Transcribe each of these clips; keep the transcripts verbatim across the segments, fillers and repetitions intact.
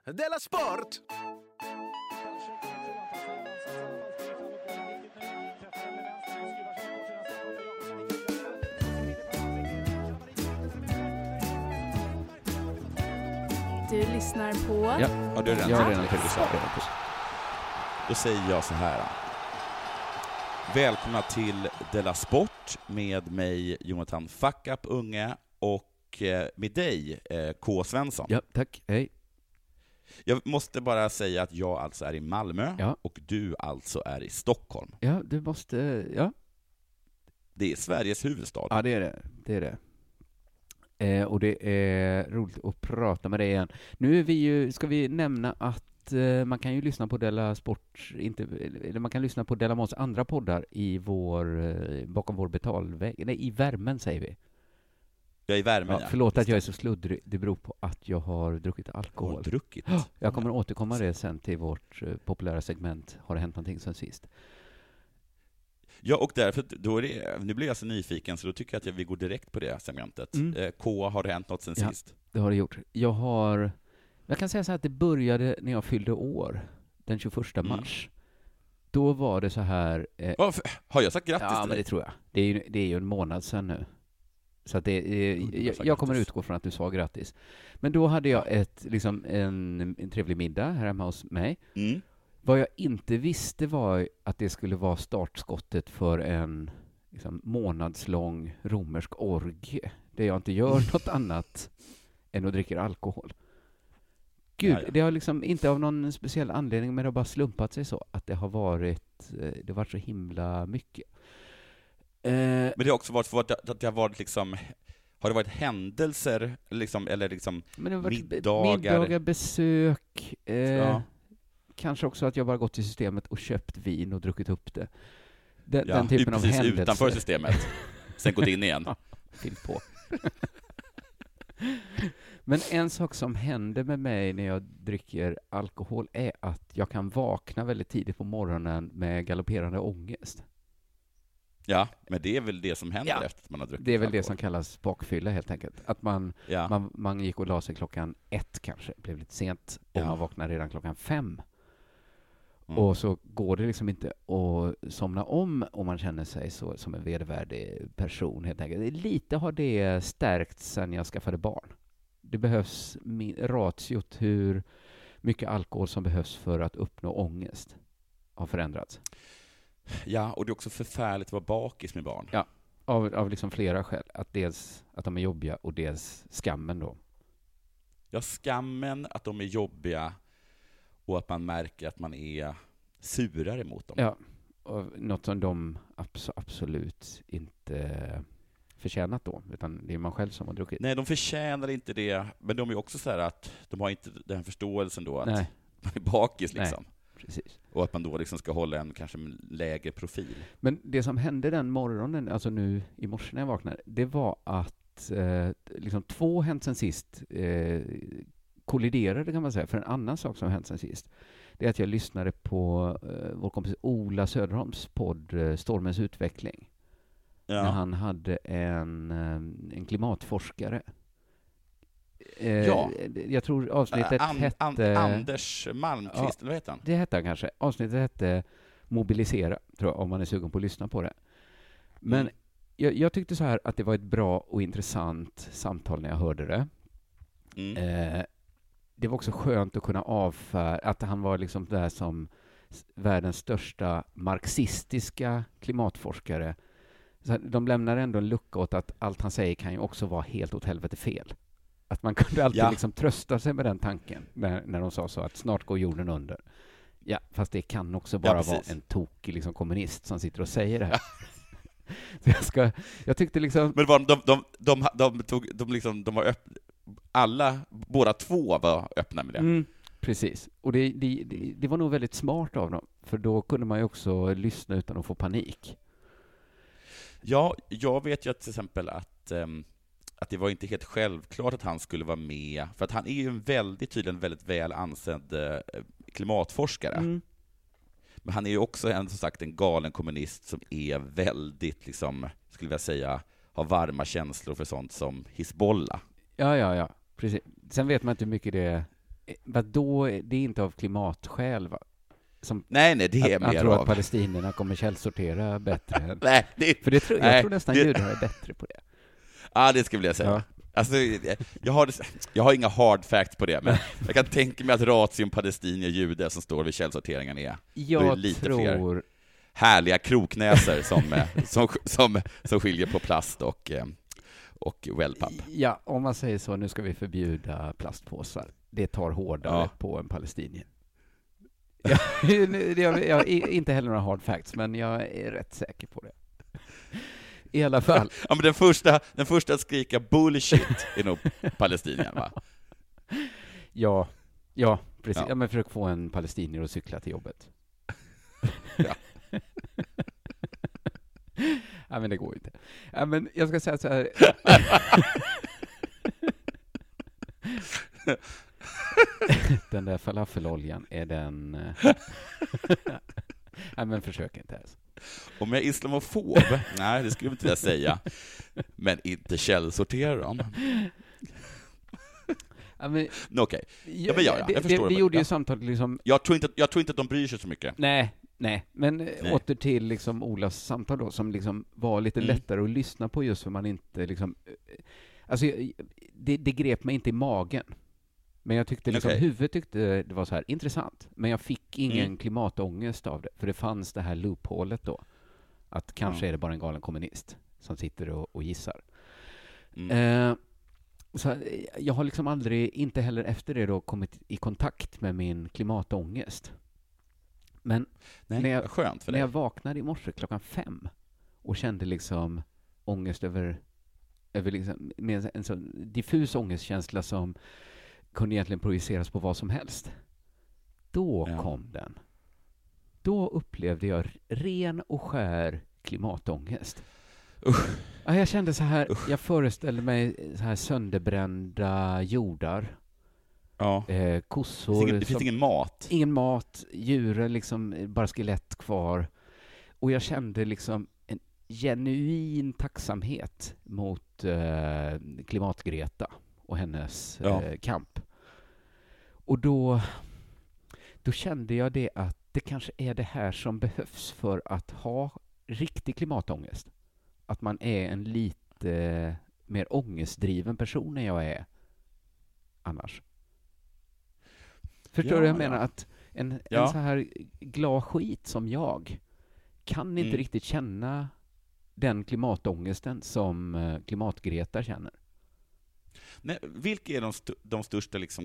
Della Sport! Du lyssnar på... Ja, Ja, det är redan, jag har ja. redan tänkt så. Då säger jag så här. Välkomna till Della Sport med mig, Jonathan Fuck Up Unge, och med dig, K. Svensson. Ja, tack. Hej. Jag måste bara säga att jag alltså är i Malmö, Ja. och du alltså är i Stockholm. Ja, du måste... Ja, Det är Sveriges huvudstad. ja det är det. Det är det. Eh, och det är roligt att prata med dig igen. Nu är vi ju, ska vi nämna att eh, man kan ju lyssna på Della Sport, inte, eller man kan lyssna på Della Måns andra poddar i vår, eh, bakom vår betalvägg. Nej, i värmen säger vi. Jag är i värmen, Ja, ja. förlåt att jag är så sluddrig. Det beror på att jag har druckit alkohol. Har druckit. Jag kommer att återkomma det sen till vårt eh, populära segment. Har det hänt någonting sen sist? Ja, och därför, då är det, nu blir jag så nyfiken, så då tycker jag att vi går direkt på det segmentet. Mm. Eh, K, har det hänt något sen Ja. sist? Det har det gjort. Jag har... Jag kan säga så här att det började när jag fyllde år, den tjugoförsta Mm. mars. Då var det så här... Eh, Oh, för, har jag sagt grattis ja, till men dig? det tror jag. Det är ju, det är ju en månad sedan nu. Så att det, eh, Mm, jag, sa jag kommer grattis. utgå från att du sa grattis. Men då hade jag ett, liksom en, en trevlig middag här hemma hos mig. Mm. Vad jag inte visste var att det skulle vara startskottet för en liksom, månadslång romersk orgie, där jag inte gör något annat än att dricka alkohol. Gud, Ja, ja. det har liksom inte av någon speciell anledning, men det har bara slumpat sig så att det har varit, eh, det har varit så himla mycket. Eh, Men det har också varit för att att det har varit liksom, har det varit händelser liksom, eller liksom men det har varit middagar? middagar, besök, eh, Ja. kanske också att jag bara gått till systemet och köpt vin och druckit upp det. Den, Ja, den typen av precis händelser. utanför systemet. Sen gått in igen. Ja, fyllt på. Men en sak som händer med mig när jag dricker alkohol är att jag kan vakna väldigt tidigt på morgonen med galopperande ångest. Ja, men det är väl det som händer Ja. efter att man har druckit Det är väl det alkohol. som kallas bakfylla helt enkelt. Att man, Ja. man, man gick och la sig klockan ett kanske, blev lite sent, och Ja. man vaknar redan klockan fem. Mm. Och så går det liksom inte att somna om om man känner sig så, som en vedervärdig person helt enkelt. Lite har det stärkt sedan jag skaffade barn. Det behövs min, ratiot hur mycket alkohol som behövs för att uppnå ångest har förändrats. Ja, och det är också förfärligt att vara bakis med barn. Ja. Av, av liksom flera skäl. Att dels att de är jobbiga och dels skammen då. Ja, skammen, att de är jobbiga och att man märker att man är surare mot dem. Ja, och något som de abs- absolut inte förtjänat då, utan det är man själv som har druckit. Nej, de förtjänar inte det, men de är också så här att de har inte den förståelsen då att Nej, man är bakis liksom. precis. Och att man då liksom ska hålla en kanske lägre profil. Men det som hände den morgonen, alltså nu i morse när jag vaknade, det var att eh, liksom två hänt sen sist eh, kolliderade kan man säga. För en annan sak som hänt sen sist, det är att jag lyssnade på eh, vår kompis Ola Söderholms podd eh, Stormens utveckling. Ja. När han hade en, eh, en klimatforskare. Eh, Ja. Jag tror avsnittet An, hette... An, Anders Malmqvist, Ja. eller vad heter han? Det hette han kanske. Avsnittet hette Mobilisera, tror jag, om man är sugen på att lyssna på det. Men Mm. jag, jag tyckte så här att det var ett bra och intressant samtal när jag hörde det. Mm. Eh, det var också skönt att kunna avfärda att han var liksom där som s- världens största marxistiska klimatforskare. Så att de lämnar ändå en lucka åt att allt han säger kan ju också vara helt åt helvete fel. Att man kunde alltid Ja. liksom trösta sig med den tanken när, när de sa så att snart går jorden under. Ja, fast det kan också bara precis. vara en tokig liksom kommunist som sitter och säger det här. Så jag, ska, jag tyckte liksom... Men var, de, de, de, de, tog, de, liksom, de var öppna, alla, båda två var öppna med det. Mm, precis. Och det, det, det, det var nog väldigt smart av dem, för då kunde man ju också lyssna utan att få panik. Ja, jag vet ju att till exempel att, um, att det var inte helt självklart att han skulle vara med, för att han är ju en väldigt tydligen väldigt väl ansedd uh, klimatforskare. Mm. Men han är ju också en, som sagt, en galen kommunist som är väldigt, liksom, skulle jag säga, har varma känslor för sånt som Hizbollah. Ja, ja, ja. Precis. Sen vet man inte hur mycket det Vadå, det är inte av klimatskäl, va? Som Nej, nej, det är att, att mer tro av... att palestinierna kommer källsortera bättre. nej, det... För det tror, jag nej, tror nästan det... judar är bättre på det. Ja, det skulle jag säga. Ja. Alltså, jag, har, jag har inga hard facts på det, men jag kan tänka mig att ration palestinier judar som står vid källsorteringen är, jag är lite tror... fler härliga kroknäsor som, som, som, som skiljer på plast och, och wellpapp. Ja, om man säger så, nu ska vi förbjuda plastpåsar. Det tar hårdare Ja. på en palestinier. jag, jag, jag, inte heller några hard facts, men jag är rätt säker på det. I alla fall. Ja, men den första, den första att skrika bullshit är nog palestinien, va? Ja, ja, precis. Ja. Ja, men försök få en palestinier att cykla till jobbet. Ja. Ja, men det går inte. Ja, men jag ska säga så här. Den där falafeloljan, är den... Nej, men försök inte ens. Om jag är islamofob? Nej, det skulle jag inte vilja säga. Men inte källsortera dem. Ja, men, Okej, ja, men ja, ja, det, jag förstår det, vi det. gjorde Ja. ju samtalet liksom... Jag tror, inte, jag tror inte att de bryr sig så mycket. Nej, nej. Men Nej. åter till liksom Olas samtal då, som liksom var lite Mm. lättare att lyssna på, just för man inte liksom... Alltså, det, det grep mig inte i magen. Men jag tyckte liksom, Okej. huvudet tyckte det var så här intressant. Men jag fick ingen Mm. klimatångest av det. För det fanns det här loophålet då. Att kanske Ja. är det bara en galen kommunist som sitter och, och gissar. Mm. Eh, så jag har liksom aldrig, inte heller efter det då, kommit i kontakt med min klimatångest. Men Nej, när jag- vad skönt för när dig. jag vaknade i morse klockan fem och kände liksom ångest över, över liksom, med en sån diffus ångestkänsla som kunde egentligen projiceras på vad som helst. Då Ja. kom den. Då upplevde jag ren och skär klimatångest. Usch. Ja, jag kände så här, Usch. jag föreställde mig så här sönderbrända jordar, Ja. eh, Det finns, kossor, ingen, det finns som, ingen mat. ingen mat, djuren liksom bara skelett kvar. Och jag kände liksom en genuin tacksamhet mot eh, klimatgreta och hennes Ja. eh, kamp. Och då, då kände jag det att det kanske är det här som behövs för att ha riktig klimatångest. Att man är en lite mer ångestdriven person än jag är annars. Förstår Ja, du vad jag ja. menar? Att en, Ja. en så här glad skit som jag kan inte Mm. riktigt känna den klimatångesten som eh, klimatgreta känner. Nej, vilka är de, st- de största liksom,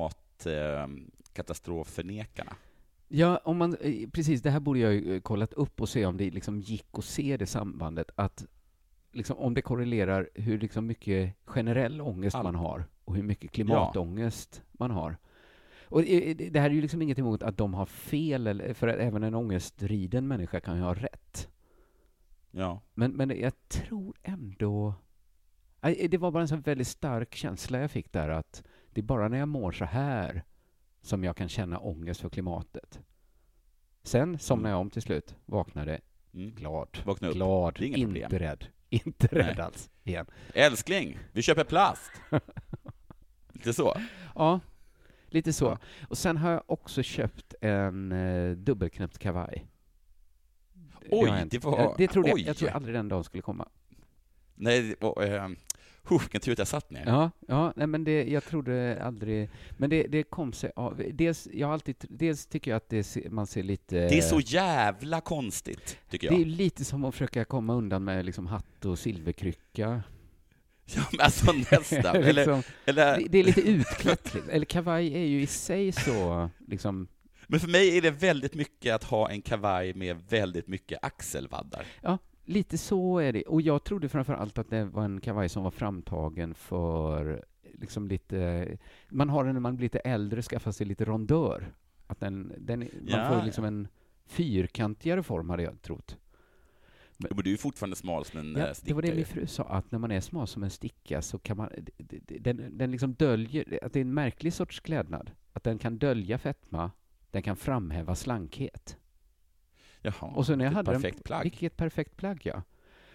klimatkatastrofförnekarna? Ja, om man, eh, precis, det här borde jag ju eh, kollat upp och se om det liksom gick att se det sambandet, att liksom, om det korrelerar hur liksom mycket generell ångest All- man har och hur mycket klimatångest man har. Och eh, det det här är ju liksom inget emot att de har fel, eller, för att även en ångestriden människa kan ju ha rätt. Ja. Men, men jag tror ändå... Nej, det var bara en sån väldigt stark känsla jag fick där, att det är bara när jag mår så här som jag kan känna ångest för klimatet. Sen somnade jag om till slut, vaknade Mm. glad, Vakna upp. glad, Det är inga inte problem. rädd, inte rädd Nej. alls igen. Älskling, vi köper plast. Lite så. Ja, lite så. Ja. Och sen har jag också köpt en eh, dubbelknäppt kavaj. Oj, har hänt. det var- Jag- Det trodde jag, oj. jag trodde aldrig den dagen skulle komma. Nej, det var... Eh, huh, vilken tur att jag satt ner. Ja, ja, nej, men det, jag trodde aldrig... Men det, det kom sig av... Dels, jag har alltid, dels tycker jag att det, se- man ser lite... Det är så jävla konstigt, tycker Det är jag. lite som att försöka komma undan med liksom hatt och silverkrycka. Ja, men alltså nästan. Eller, liksom, eller, det, det är lite utklätt. liksom. Eller kavaj är ju i sig så... Liksom, men för mig är det väldigt mycket att ha en kavaj med väldigt mycket axelvaddar. ja, lite så är det. Och jag trodde framför allt att det var en kavaj som var framtagen för liksom lite... Man har den när man blir lite äldre, skaffar sig lite rondör. Att den, den, man Ja, får ja. liksom en fyrkantigare form, hade jag trott. Men du är ju fortfarande smal som en Ja, eh, sticka. det var det ju. min fru sa, att när man är smal som en sticka så kan man... d- d- d- Den, den liksom döljer... Att det är en märklig sorts klädnad. Att den kan dölja fetma, den kan framhäva slankhet. Jaha, Och så när jag vilket hade perfekt den, plagg. Vilket perfekt plagg, ja.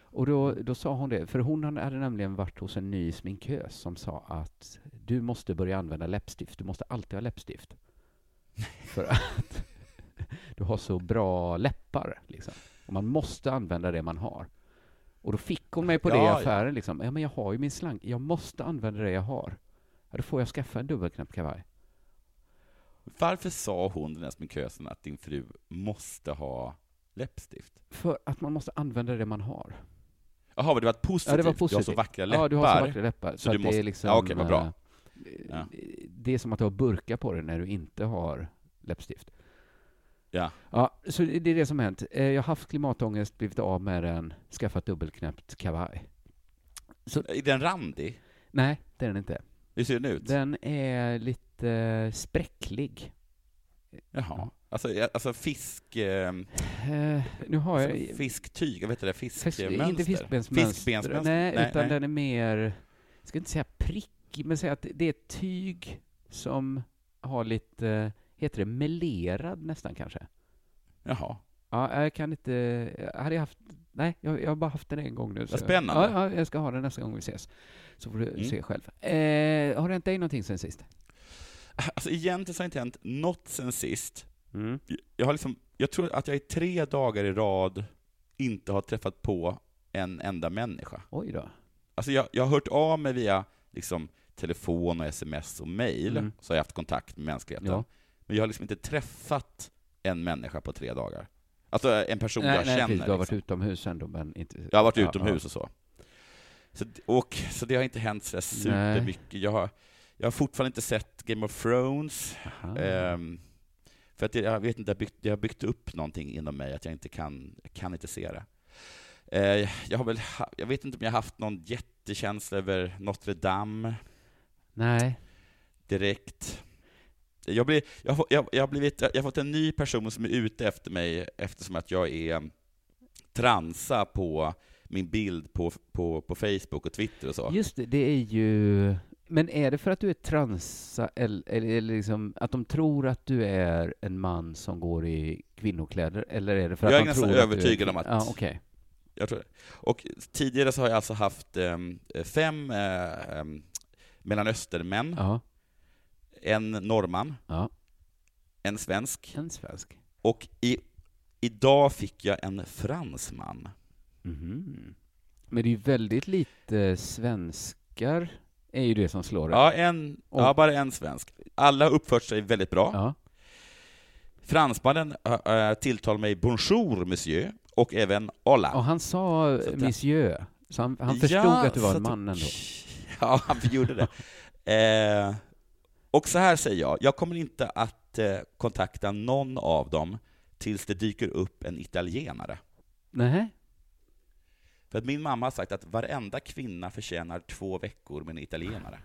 Och då, då sa hon det, för hon hade nämligen varit hos en ny sminkös som sa att du måste börja använda läppstift, du måste alltid ha läppstift. För att du har så bra läppar, liksom. Och man måste använda det man har. Och då fick hon mig på Ja, det i ja. affären, liksom. Ja, men jag har ju min slang, jag måste använda det jag har. Ja, då får jag skaffa en dubbelknäppt kavaj. Varför sa hon, den här sminkösen, att din fru måste ha läppstift? För att man måste använda det man har. Jaha, men det var ett positivt. Ja, det var Du har positivt. så vackra läppar. Ja, du har så vackra läppar. Så, Så att du det måste- är liksom... Ja, okej, vad bra. eh, Ja. Det är som att du har burkar på dig när du inte har läppstift. Ja. Ja, så det är det som hänt. Eh, Jag har haft klimatångest, blivit av med den, skaffat dubbelknäppt kavaj. Är den randig? Nej, det är den inte. Hur ser den ut? Den är lite spräcklig. Jaha. Alltså, ja, alltså fisk... Eh, Eh, nu har jag... alltså fisktyg, jag vet inte det, Fisk, fiskmönster. inte fiskbensmönster. Fiskbensmönster. Nej, Nej, utan nej. den är mer, jag ska inte säga prickig, men säga att det är ett tyg som har lite, heter det melerad nästan kanske? Jaha. Ja, jag kan inte, jag hade haft, nej, jag, jag har bara haft den en gång nu. Vad så- spännande. Ja, ja, jag ska ha den nästa gång vi ses. Så får du Mm. se själv. Eh, har det hänt dig någonting sen sist? Alltså egentligen så har det inte hänt något sen sist. Mm. Jag har liksom, jag tror att jag i tre dagar i rad inte har träffat på en enda människa. Oj då. Alltså jag, jag har hört av mig via liksom telefon och sms och mail, Mm. så har jag haft kontakt med mänskligheten. Ja. Men jag har liksom inte träffat en människa på tre dagar. Alltså en person Nej, jag nej, känner. precis, du har varit liksom. utomhus ändå, men inte... Jag har varit Ja, utomhus ja. och så. Så, och, så det har inte hänt så där supermycket. Jag har, jag har fortfarande inte sett Game of Thrones. Aha. Ehm, för att det, jag vet inte, jag har, byggt, jag har byggt upp någonting inom mig att jag inte kan, jag kan inte se det. Eh, jag, har väl, ha- jag vet inte om jag har haft någon jättekänsla över Notre Dame Nej. direkt. Jag, blir, jag, har, jag, jag, har blivit, jag har fått en ny person som är ute efter mig eftersom att jag är transa på min bild på, på, på Facebook och Twitter och så. Just det, det är ju... Men är det för att du är transa eller, eller, eller liksom att de tror att du är en man som går i kvinnokläder? Eller är det för att Jag är de nästan tror övertygad att om du är... att- Ja, okej. Jag tror det. Och tidigare så har jag alltså haft em, fem eh, em, Mellanöstermän, Ja, en norrman, ja. en svensk, En svensk. och i, idag fick jag en fransman. Mhm. Men det är ju väldigt lite svenskar, är ju det som slår det. Ja, en, Och- ja, bara en svensk. Alla har uppfört sig väldigt bra. Ja. Fransmannen äh, tilltalade mig bonjour, monsieur, och även hola. Och han sa Så att- monsieur, så han, han förstod Ja, att du var så en man ändå. Ja, han gjorde det. eh, och så här säger jag, jag kommer inte att eh, kontakta någon av dem tills det dyker upp en italienare. Nej. För att min mamma har sagt att varenda kvinna förtjänar två veckor med en italienare.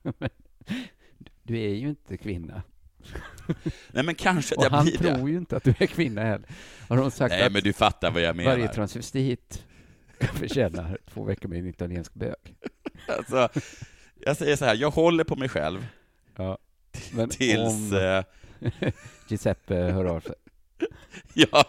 Du är ju inte kvinna. Nej, men kanske att Och jag han blir det. tror ju inte att du är kvinna heller. Har de sagt Nej, att men du fattar vad jag menar. varje transvestit förtjänar två veckor med en italiensk bök? Alltså, jag säger så här, jag håller på mig själv Ja. Men tills... om Eh, Giuseppe hör av sig. ja.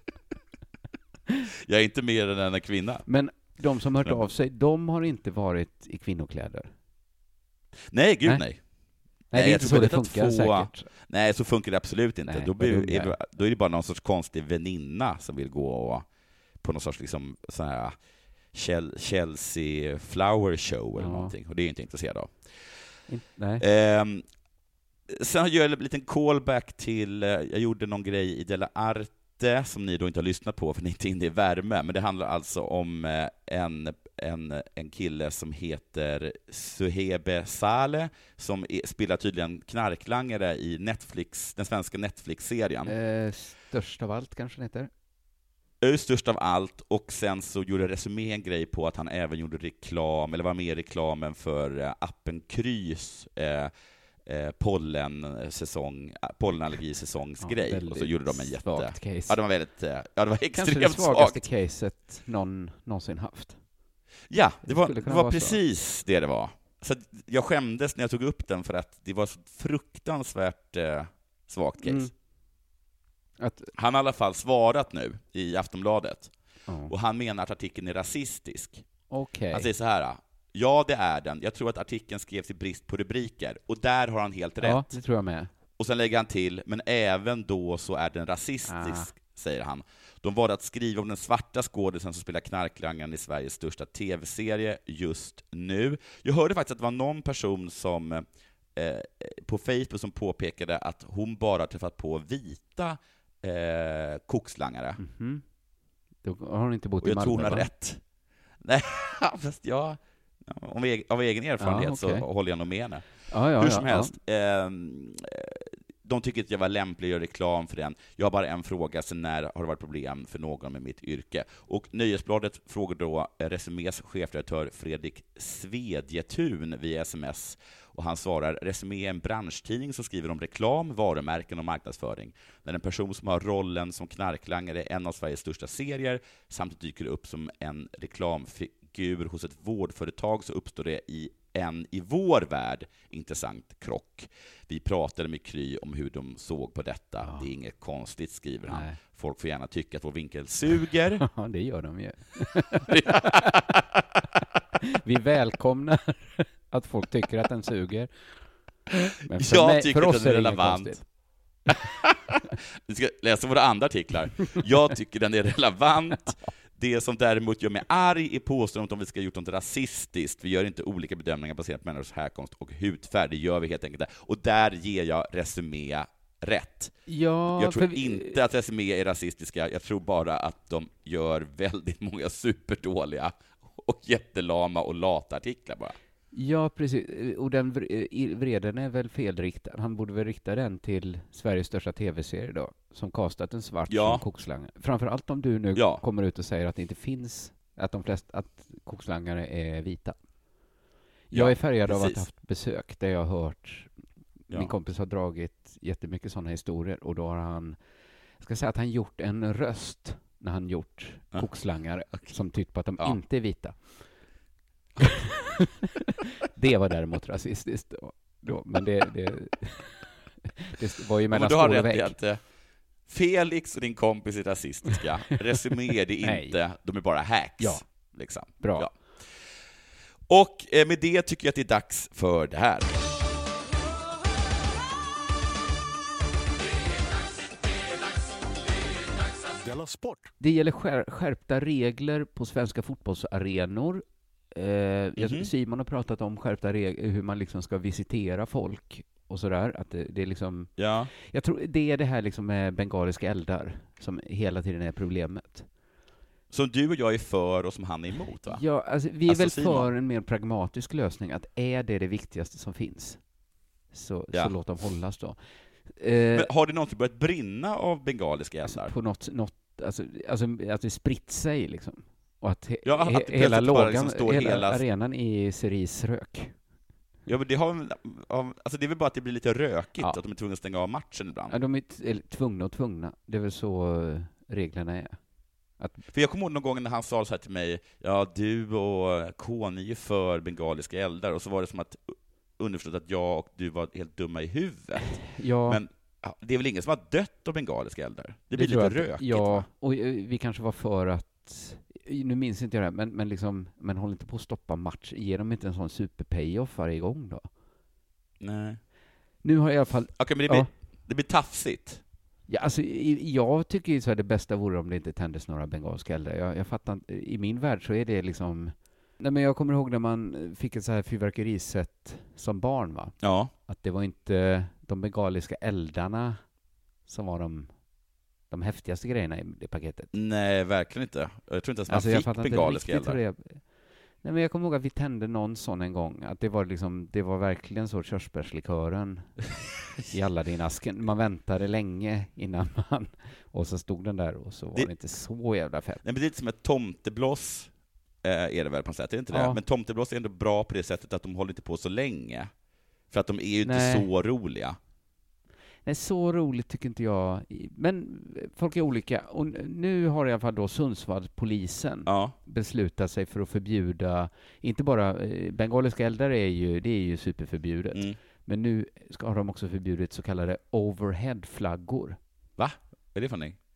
Jag är inte mer än en kvinna. Men de som hört av sig, de har inte varit i kvinnokläder. Nej, gud Nej. nej. Nej, det är jag inte tror så det inte att funkar få- säkert. Nej, så funkar det absolut inte. Nej, då, vad blir, dum jag är, det- då är det bara någon sorts konstig väninna som vill gå och, på någon sorts liksom, sån här Chel- Chelsea flower show eller Ja. någonting. Och det är jag inte intresserad av. In, nej. Ehm, sen gör jag en liten callback till, eh, jag gjorde någon grej i Della Arte som ni då inte har lyssnat på för ni är inte inne i värme, men det handlar alltså om eh, en, en, en kille som heter Suhebe Saleh som är, spelar tydligen knarklangare i Netflix, den svenska Netflix-serien. Eh, störst av allt kanske det heter. Ö störst av allt, och sen så gjorde Resumé en grej på att han även gjorde reklam, eller var med i reklamen för eh, appen Krys eh, eh, pollensäsong, pollenallergisäsongsgrej, Ja, och så väldigt gjorde de en jätte... svagt case. Ja, det var väldigt, eh, ja, det var Kanske det extremt svagaste svagt. caset någon någonsin haft. Ja, det var, skulle det kunna var vara så. precis det det var. Så att jag skämdes när jag tog upp den för att det var så fruktansvärt eh, svagt case. Mm. Att, Han har i alla fall svarat nu i Aftonbladet. Oh. Och han menar att artikeln är rasistisk. Okay. Han säger så här: ja, det är den. Jag tror att artikeln skrevs i brist på rubriker. Och där har han helt rätt. Ja, det tror jag med. Och sen lägger han till, men även då så är den rasistisk, ah. säger han. De valde att skriva om den svarta skådisen som spelar knarklangaren i Sveriges största tv-serie just nu. Jag hörde faktiskt att det var någon person som eh, på Facebook som påpekade att hon bara träffat på vita eh, kokslangare. Mm-hmm. Då har hon inte bott och i Malmö. Jag tror hon har rätt. Nej, fast jag, av egen, av egen erfarenhet ja, okay. så håller jag nog med henne. Ja, ja, Hur som ja, helst, ja. Eh, de tycker att jag var lämplig att göra reklam för den. Jag har bara en fråga, sen när har det varit problem för någon med mitt yrke? Och Nöjesbladet frågar då Resumés chefredaktör Fredrik Svedjetun via sms. Och han svarar: Resumé är en branschtidning som skriver om reklam, varumärken och marknadsföring. När en person som har rollen som knarklangare är en av Sveriges största serier samt dyker upp som en reklamfigur hos ett vårdföretag så uppstår det i en i vår värld intressant krock. Vi pratade med Kry om hur de såg på detta. Ja. Det är inget konstigt, skriver han. Nej. Folk får gärna tycka att vår vinkel suger. Ja, det gör de ju. Vi välkomnar att folk tycker att den suger. Men för Jag mig, tycker för oss att den är relevant. Vi ska läsa våra andra artiklar. Jag tycker den är relevant. Det som däremot gör mig arg är påståendet om vi ska ha gjort något rasistiskt. Vi gör inte olika bedömningar baserat på människors härkomst och hudfärg. Det gör vi helt enkelt där. Och där ger jag Resumé rätt. Ja, jag tror för... inte att Resumé är rasistiska. Jag tror bara att de gör väldigt många superdåliga och jättelama och lata artiklar bara. Ja, precis. Och den vreden är väl felriktad. Han borde väl rikta den till Sveriges största tv-serie då, som kastat en svart ja. som kokslangare. Framförallt om du nu ja. kommer ut och säger att det inte finns, att de flesta, att kokslangare är vita. Jag ja, är färgad precis. av att ha haft besök där jag har hört, ja. min kompis har dragit jättemycket sådana historier och då har han, jag ska säga att han gjort en röst när han gjort ja. kokslangare okay. som tyder på att de ja. inte är vita. Det var däremot rasistiskt då, då. Men det, det, det var ju mellan skål och vägg. Att, Felix och din kompis är rasistiska. Resumé är det inte, de är bara hacks. Ja. Liksom. Bra. Ja. Och med det tycker jag att det är dags för det här. Det gäller skär, skärpta regler på svenska fotbollsarenor. Eh, mm-hmm. Simon har pratat om skärpta regler, hur man liksom ska visitera folk och sådär. Att det, det är liksom, ja. Jag tror det är det här liksom med bengaliska eldar som hela tiden är problemet. Som du och jag är för och som han är emot, va? Ja, alltså, vi är alltså, väl Simon. för en mer pragmatisk lösning. Att är det det viktigaste som finns så, ja. så låt dem hållas då. Eh, Men har det någonsin börjat brinna av bengaliska eldar? Alltså, på något, något alltså, alltså att det spritt sig liksom. Och att, he- ja, att he- hela lågan, liksom hela, hela arenan i cerisrök. Ja, men det har alltså det är väl bara att det blir lite rökigt, ja. att de är tvungna att stänga av matchen ibland. Ja, de är t- tvungna och tvungna. Det är väl så reglerna är. Att... För jag kommer ihåg någon gång när han sa så här till mig, ja, du och K, ni är för bengaliska eldar, och så var det som att underförstått att jag och du var helt dumma i huvudet. Ja. Men ja, det är väl ingen som har dött av bengaliska eldar? Det blir det lite att, rökigt. Ja, va? och vi kanske var för att, nu minns inte jag det, men, men, liksom, men håll inte på att stoppa match. Ger de inte en sån super-payoff varje gång då? Nej. Nu har jag i alla fall... Okej, okay, men det blir, ja. det blir tafsigt. Ja, alltså, jag tycker ju så här, det bästa vore om det inte tändes några bengalska eldar. Jag, jag fattar inte, i min värld så är det liksom... Nej, men jag kommer ihåg när man fick ett så här fyrverkeriset som barn, va? Ja. Att det var inte de bengaliska eldarna som var de, de häftigaste grejerna i det paketet. Nej, verkligen inte. Jag tror inte ens man alltså, fick bengaliska eldar. Jag... Nej, men jag kommer ihåg att vi tände någon sån en gång. Att det var liksom, det var verkligen så körsbärslikören i Aladdin-asken. Man väntade länge innan man... Och så stod den där och så var det, det inte så jävla fett. Nej, men det är lite som ett tomteblås. Är det väl på något sätt, är det inte det? Ja. Men tomteblås är ändå bra på det sättet att de håller inte på så länge. För att de är ju Nej. inte så roliga. Nej, så roligt tycker inte jag. Men folk är olika. Och nu har i alla fall då Sundsvallspolisen ja. beslutat sig för att förbjuda, inte bara bengaliska eldar är ju, det är ju superförbjudet. Mm. Men nu ska, har de också förbjudit så kallade overhead-flaggor. Va? Vad är det för någonting?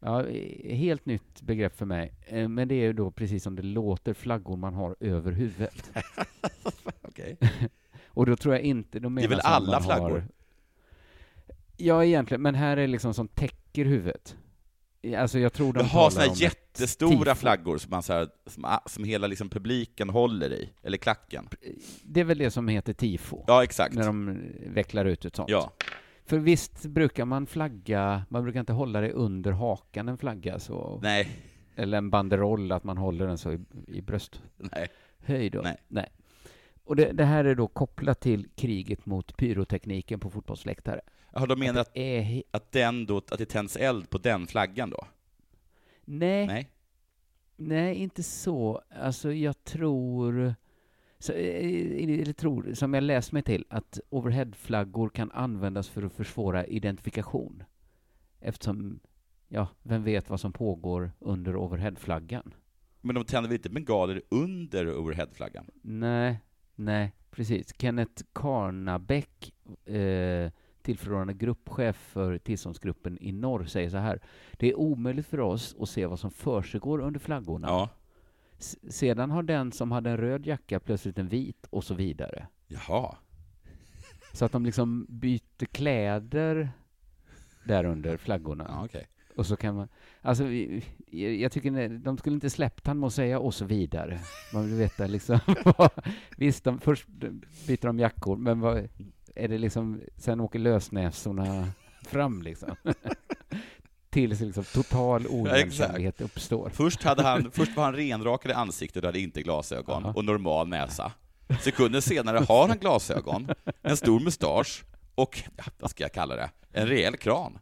Ja, helt nytt begrepp för mig. Eh, Men det är ju då precis som det låter, flaggor man har över huvudet. Okej. Och då tror jag inte... De Det är väl som alla man flaggor? Har... Ja, egentligen. Men här är liksom som täcker huvudet. Alltså jag tror de Du har talar såna om jättestora tifo. flaggor som, man så här, som, som hela liksom publiken håller i, eller klacken. Det är väl det som heter tifo. Ja, exakt. När de vecklar ut ett sånt. Ja. För visst brukar man flagga, man brukar inte hålla det under hakan en flagga så. Nej. Eller en banderoll, att man håller den så i, i brösthöjd. Nej. Då. Nej. Nej. Och det, det här är då kopplat till kriget mot pyrotekniken på fotbollsläktare. Jaha, de menar Att att, det är he- att, den då, att det tänds eld på den flaggan då? Nej, Nej. nej, inte så. Alltså jag tror, så, eh, eller tror, som jag läst mig till, att overheadflaggor kan användas för att försvåra identifikation. Eftersom, ja, vem vet vad som pågår under overheadflaggan? Men de tänder väl inte bengaler under overheadflaggan? Nej, nej, precis. Kenneth Karnabäck, eh, tillförordnande gruppchef för tillståndsgruppen i norr, säger så här: det är omöjligt för oss att se vad som försiggår under flaggorna. Ja. S- sedan har den som hade en röd jacka plötsligt en vit och så vidare. Jaha. Så att de liksom byter kläder där under flaggorna. Ja, okej. Och så kan man, alltså vi- jag tycker nej, de skulle inte släppt han med att säga och så vidare. Man vill veta liksom vad, visst, de, först byter de jackor, men vad är det liksom, sen åker lösnäsorna fram liksom. Tills liksom total oigenkännlighet uppstår. Först, hade han, först var han renrakad i ansiktet och hade inte glasögon Aha. och normal näsa. Sekunder senare har han glasögon, en stor mustasch och, ja, vad ska jag kalla det, en rejäl kran.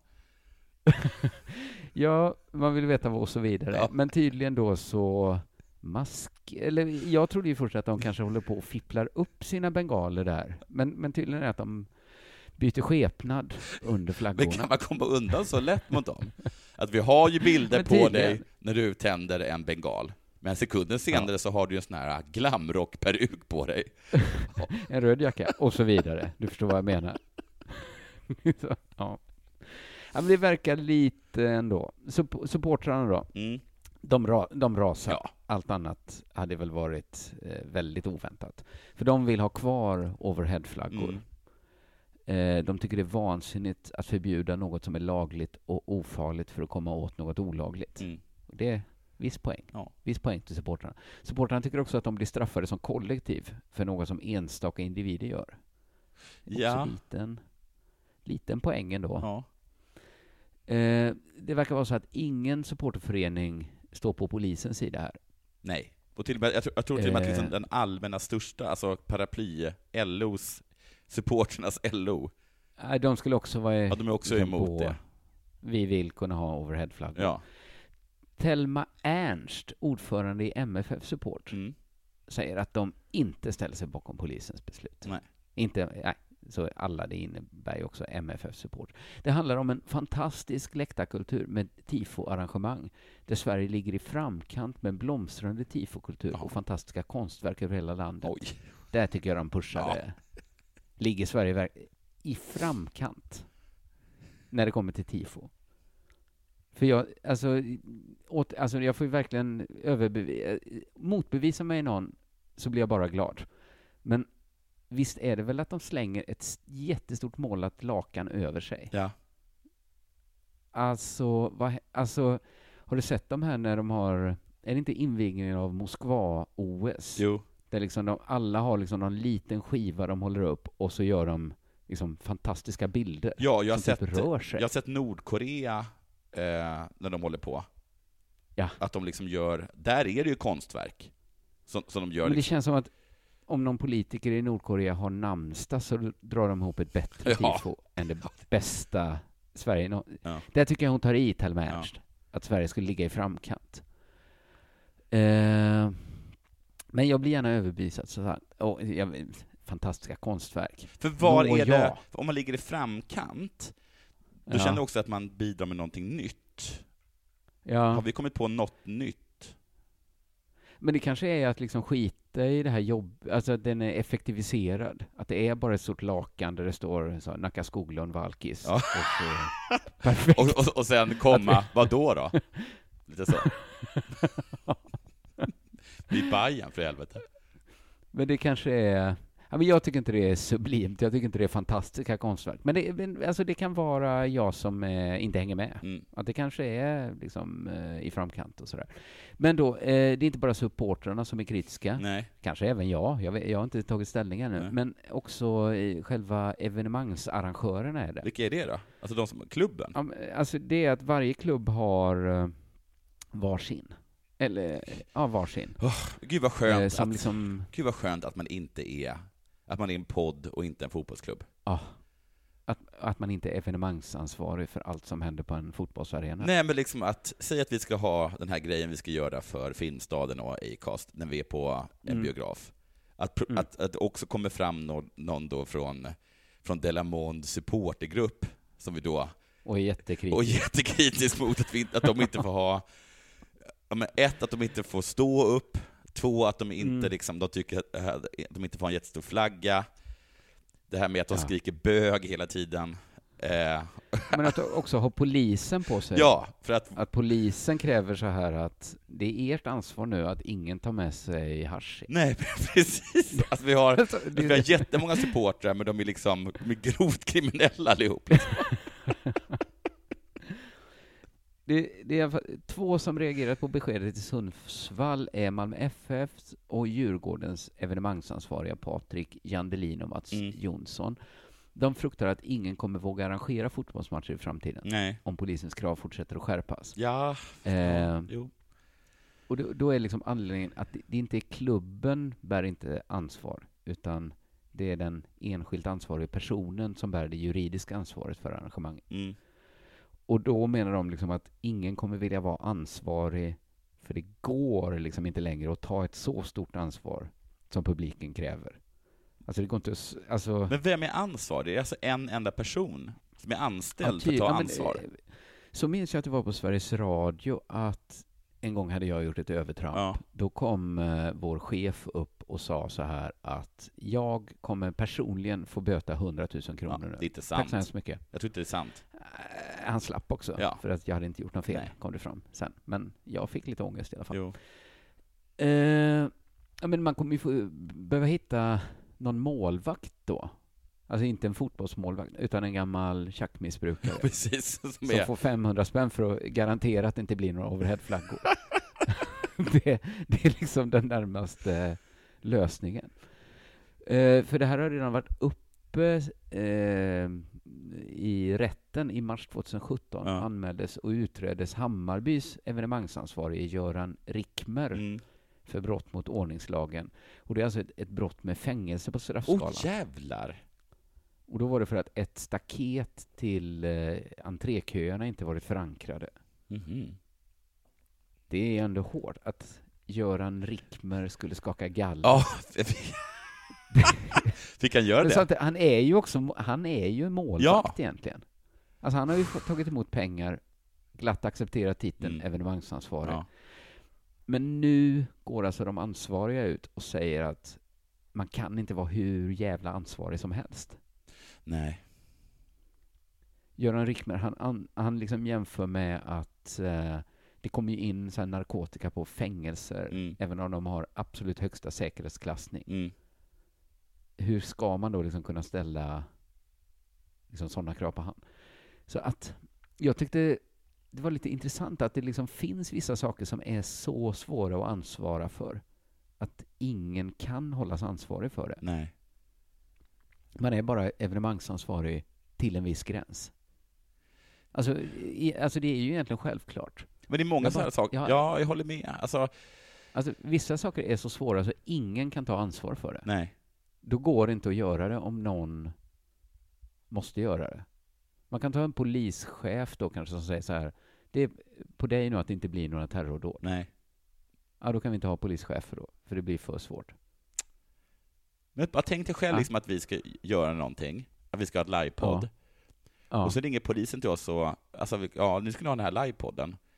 Ja, man vill veta vad och så vidare. Ja. Men tydligen då så mask... Eller jag trodde ju först att de kanske håller på och fipplar upp sina bengaler där. Men, men tydligen är det att de byter skepnad under flaggorna. Men kan man komma undan så lätt mot dem? Att vi har ju bilder Men på tydligen. dig när du tänder en bengal. Men sekunden senare Ja. så har du en sån här glamrockperuk på dig. En röd jacka och så vidare. Du förstår vad jag menar. så, ja. Ja, men det verkar lite ändå. Supp- supportrarna då, Mm. de, ra- de rasar. Ja. Allt annat hade väl varit eh, väldigt oväntat. För de vill ha kvar overheadflaggor. Mm. Eh, de tycker det är vansinnigt att förbjuda något som är lagligt och ofarligt för att komma åt något olagligt. Mm. Det är viss poäng. Ja. Viss poäng till supportrarna. Supportrarna tycker också att de blir straffade som kollektiv för något som enstaka individer gör. Ja. Också liten, liten poäng ändå. Ja. Eh, det verkar vara så att ingen supporterförening står på polisens sida här. Nej. Och till och med, jag, tror, jag tror till och med att liksom Eh. den allmänna största, alltså paraply, L O's, supporternas L O, Nej, de skulle också vara ja, de är också liksom emot på, det. vi vill kunna ha overheadflaggor. Ja. Telma Ernst, ordförande i M F F Support, Mm. säger att de inte ställer sig bakom polisens beslut. Nej. Inte, nej, så alla, det innebär ju också M F F Support. Det handlar om en fantastisk läktarkultur med tifo-arrangemang där Sverige ligger i framkant med blomstrande tifokultur Ja. och fantastiska konstverk över hela landet. Oj. Där tycker jag de pushade. Ligger Sverige verk- i framkant när det kommer till tifo. För jag, alltså, åt, alltså jag får ju verkligen överbevi- motbevisa mig någon så blir jag bara glad. Men visst är det väl att de slänger ett s- jättestort målat lakan över sig? Ja. Alltså, vad, hä- alltså, har du sett de här när de har, är det inte invigningen av Moskva-O S? Jo. Där liksom de, alla har liksom någon liten skiva de håller upp och så gör de liksom fantastiska bilder Ja, jag har, som sett, typ rör sig. jag har sett Nordkorea eh, när de håller på. Ja. Att de liksom gör, där är det ju konstverk som, som de gör. Men det Liksom. känns som att om någon politiker i Nordkorea har namnsdag så drar de ihop ett bättre Ja. tifo än det bästa Sverige. nå- Ja. Där tycker jag hon tar i, Telma Ernst, att Sverige skulle ligga i framkant. Eh, men jag blir gärna överbevisad. Så här, oh, jag, fantastiska konstverk. För var Nå, är det, ja. om man ligger i framkant, då Ja. känner jag också att man bidrar med någonting nytt. Ja. Har vi kommit på något nytt? Men det kanske är att liksom skita i det här jobb, alltså att den är effektiviserad. Att det är bara ett stort lakan där det står så, Nacka Skoglund Valkis. Ja. Och, så, perfekt. och, och, och sen komma, vad då då? Lite så. Vi Bajen för helvete. Men det kanske är... Ja, men jag tycker inte det är sublimt, jag tycker inte det är fantastiska konstverk. Men det, men, alltså det kan vara jag som eh, inte hänger med. Mm. Att det kanske är liksom, eh, i framkant och sådär. Men då, eh, det är inte bara supportrarna som är kritiska. Nej. Kanske även jag, jag, vet, jag har inte tagit ställning ännu. Nej. Men också eh, själva evenemangsarrangörerna är det. Vilka är det då? Alltså de som, klubben? Ja, men, alltså det är att varje klubb har eh, varsin. Eller, ja, varsin. Oh, gud vad skönt Eh, som att, liksom, gud vad skönt att man inte är, att man är en podd och inte en fotbollsklubb. ja. Att, att man inte är evenemangsansvarig för allt som händer på en fotbollsarena. Nej, men liksom att säga att vi ska ha den här grejen vi ska göra för Filmstaden och Acast när vi är på en Mm. biograf. Att, Mm. att, att det också kommer fram någon, någon då från, från Delamond supportergrupp som vi då, Och är jättekritisk. och jättekritisk mot att, vi, inte- att de inte får ha, ja, men ett, att de inte får stå upp, två, att de inte Mm. liksom, de tycker att äh, att de inte får ha en jättestor flagga, det här med att de Ja. skriker bög hela tiden. Eh, Men att också ha polisen på sig. ja, för att Att polisen kräver så här att det är ert ansvar nu att ingen tar med sig hasch. nej, precis. Alltså, vi, har, Alltså, vi det, har jättemånga supportrar, men de är liksom de är grovt kriminella allihop. Liksom. det, det är i alla fall två som reagerat på beskedet i Sundsvall är Malmö F F och Djurgårdens evenemangsansvariga Patrik Jandelin och Mats Mm. Jonsson. De fruktar att ingen kommer våga arrangera fotbollsmatcher i framtiden Nej. om polisens krav fortsätter att skärpas. Ja. Eh, Jo. Och då, då är liksom anledningen att det, det inte är klubben bär inte ansvar, utan det är den enskilt ansvariga personen som bär det juridiska ansvaret för arrangemanget. Mm. Och då menar de liksom att ingen kommer vilja vara ansvarig, för det går liksom inte längre att ta ett så stort ansvar som publiken kräver. Alltså det går inte att... s- Alltså, Men vem är ansvarig? Det är alltså en enda person som är anställd Ja, ty- för att ta ja, men, ansvar. eh, Så minns jag att det var på Sveriges Radio att en gång hade jag gjort ett övertramp. Ja. Då kom eh, vår chef upp och sa så här att jag kommer personligen få böta hundratusen Ja, kronor det är nu. inte Tack så hemskt sant. mycket. Jag tror inte det är sant. Eh, Han slapp också, Ja. för att jag hade inte gjort något fel, Nej. kom det fram sen. Men jag fick lite ångest i alla fall. Jo. Eh, ja, men man kommer ju få, behöva hitta någon målvakt då. Alltså inte en fotbollsmålvakt, utan en gammal tjackmissbrukare. Precis. Som Som är. får femhundra spänn för att garantera att det inte blir några overheadflaggor. det, det är liksom den närmaste lösningen. Eh, för det här har redan varit uppe eh, i rätten i mars tjugohundrasjutton. Ja. Anmäldes och utreddes Hammarbys evenemangsansvarige Göran Rickmer Mm. för brott mot ordningslagen. Och det är alltså ett, ett brott med fängelse på Åh, straffskalan. oh, jävlar! Och då var det för att ett staket till eh, entréköerna inte varit förankrade. Mhm. Det är ändå hårt att Göran Rickmer skulle skaka galler. Ja, fick han göra Men det? så att han är ju också han är ju en målvakt egentligen. Alltså han har ju fått, tagit emot pengar, glatt accepterat titeln Mm. evenemangsansvarig. Ja. Men nu går alltså de ansvariga ut och säger att man kan inte vara hur jävla ansvarig som helst. Nej. Göran Rickmer, han, han, han liksom jämför med att eh, det kommer ju in så här narkotika på fängelser, Mm. även om de har absolut högsta säkerhetsklassning. Mm. Hur ska man då liksom kunna ställa liksom sådana krav på han? Så att jag tyckte det var lite intressant att det liksom finns vissa saker som är så svåra att ansvara för att ingen kan hållas ansvarig för det. Nej. Man är bara evenemangsansvarig till en viss gräns. Alltså, i, alltså det är ju egentligen självklart. Men det är många Jag sådana bara- saker. jag- Ja, jag håller med. Alltså, Alltså, vissa saker är så svåra så ingen kan ta ansvar för det. nej. Då går det inte att göra det om någon måste göra det. Man kan ta en polischef då kanske som säger så här: det är på dig nu att det inte blir några terrordåd. Nej. Ja, då kan vi inte ha polischefer då, för det blir för svårt. Men bara tänk dig själv Ja. liksom att vi ska göra någonting. Att vi ska ha ett livepodd. Ja. Ja. Och så ringer polisen till oss och, alltså, vi- ja, nu ska ni ha den här livepodden.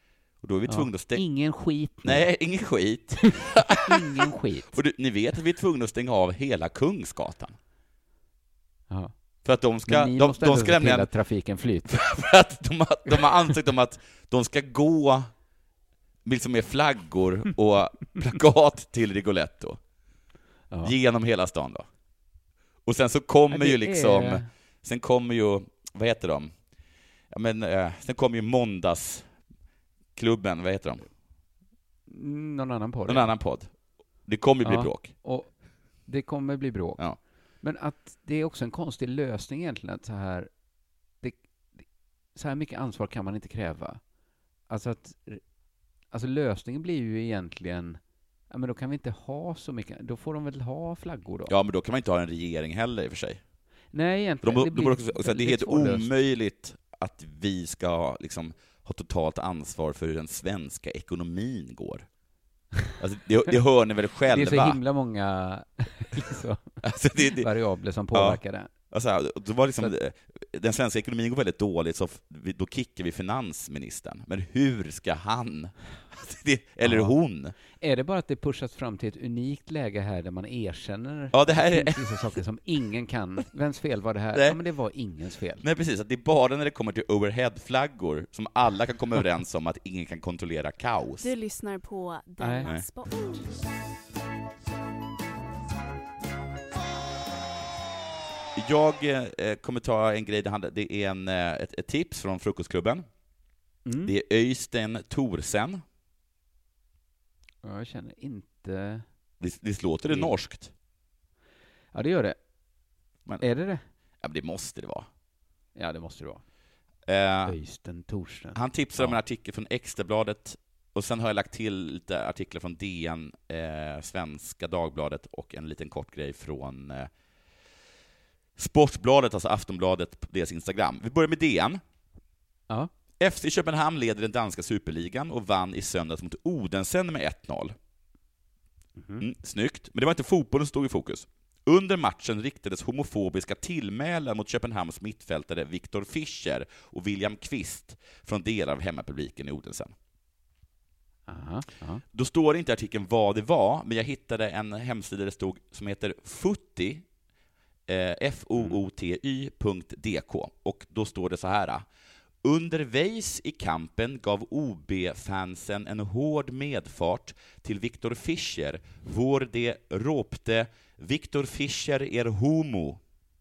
Och då är vi Ja, tvungna att stänga... Ingen skit. Nu. Nej, ingen skit. Ingen skit. Och du, ni vet att vi är tvungna att stänga av hela Kungsgatan. Ja. För att de ska... Men ni de, måste de ändå ska se nämligen, till att trafiken flyter. för att de har, de har ansökt om att de ska gå liksom med flaggor och plakat till Rigoletto. Ja. Genom hela stan då. Och sen så kommer Ja, det ju liksom... är- Sen kommer ju... Vad heter de? Ja, men, eh, sen kommer ju Måndagsklubben, vad heter de? Mm, Någon annan podd. Någon annan podd. Det kommer ju bli Ja. bråk. Och det kommer bli bråk. Ja. Men att det är också en konstig lösning egentligen att så här, det, så här mycket ansvar kan man inte kräva. Alltså att alltså lösningen blir ju egentligen, ja men då kan vi inte ha så mycket, då får de väl ha flaggor då. Ja, men då kan man inte ha en regering heller i och för sig. Nej, De, egentligen. de, det de, blir också, så det är väldigt helt svårlöst. omöjligt att vi ska ha, liksom, ha totalt ansvar för hur den svenska ekonomin går. Alltså, det, det hör ni väl själva? Det är så himla många liksom, Alltså, det, det, variabler som påverkar det. alltså, det var liksom, den svenska ekonomin går väldigt dåligt, så vi, då kickar vi finansministern. Men hur ska han, det, eller Ja. hon? Är det bara att det pushas fram till ett unikt läge här där man erkänner Ja, det här är... finns vissa saker som ingen kan. Vems fel var det här? Nej. Ja, men det var ingens fel. Nej, precis. Att det är bara när det kommer till overheadflaggor som alla kan komma överens om att ingen kan kontrollera kaos. Du lyssnar på Nej. Della Sport. Jag eh, kommer ta en grej, det, handlar, det är en, eh, ett, ett tips från Frukostklubben. Mm. Det är Öystein Thorsen. Ja, jag känner inte... Visst, visst låter det Det- norskt? Ja, det gör det. Men- Är det det? Ja, men det måste det vara. Ja, det måste det vara. Eh, Öystein Thorsen. han tipsar om Ja. en artikel från Extrabladet, och sen har jag lagt till lite artiklar från D N, eh, Svenska Dagbladet och en liten kort grej från eh, Sportbladet, alltså Aftonbladet, på deras Instagram. Vi börjar med D N. Ja. F C Köpenhamn leder den danska superligan och vann i söndags mot Odense med ett noll. Mhm. Mm, snyggt. Men det var inte fotbollen som stod i fokus. Under matchen riktades homofobiska tillmälen mot Köpenhamns mittfältare Viktor Fischer och William Kvist från delar av hemmapubliken i Odense. Aha, aha. Då står det inte i artikeln vad det var, men jag hittade en hemsida där det stod som heter Footy, eh, F O O T Y punkt D K, och då står det så här: underveis i kampen gav O B-fansen en hård medfart till Viktor Fischer, hvor det ropte Viktor Fischer är homo.